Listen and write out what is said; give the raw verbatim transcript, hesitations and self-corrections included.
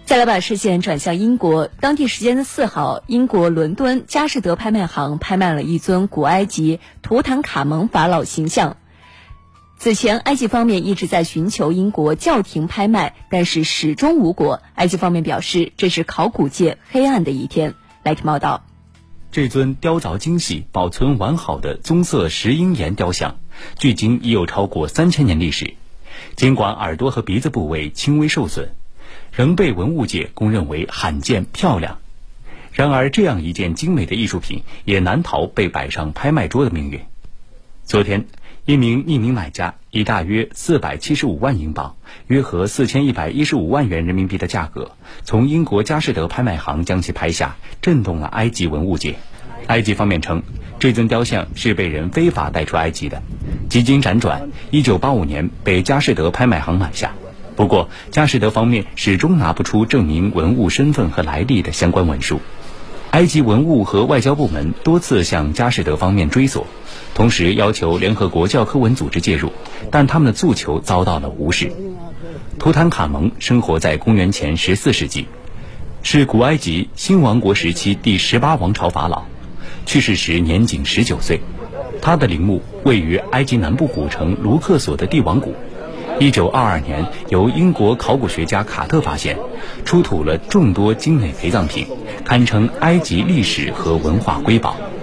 再来把视线转向英国，当地时间的四号，英国伦敦佳士得拍卖行拍卖了一尊古埃及图坦卡蒙法老形象。此前，埃及方面一直在寻求英国叫停拍卖，但是始终无果。埃及方面表示，这是考古界黑暗的一天。来听报道。 这尊雕凿精细、保存完好的棕色石英岩雕像，距今已有超过三千年历史。尽管耳朵和鼻子部位轻微受损，仍被文物界公认为罕见漂亮。然而，这样一件精美的艺术品也难逃被摆上拍卖桌的命运。昨天，一名匿名买家以大约四百七十五万英镑，约合四千一百一十五万元人民币的价格，从英国佳士得拍卖行将其拍下，震动了埃及文物界。埃及方面称，这尊雕像是被人非法带出埃及的，几经辗转，一九八五年被佳士得拍卖行买下。不过，佳士得方面始终拿不出证明文物身份和来历的相关文书。埃及文物和外交部门多次向佳士得方面追索，同时要求联合国教科文组织介入，但他们的诉求遭到了无视。图坦卡蒙生活在公元前十四世纪，是古埃及新王国时期第十八王朝法老，去世时年仅十九岁。他的陵墓位于埃及南部古城卢克索的帝王谷。一九二二年，由英国考古学家卡特发现，出土了众多精美陪葬品，堪称埃及历史和文化瑰宝。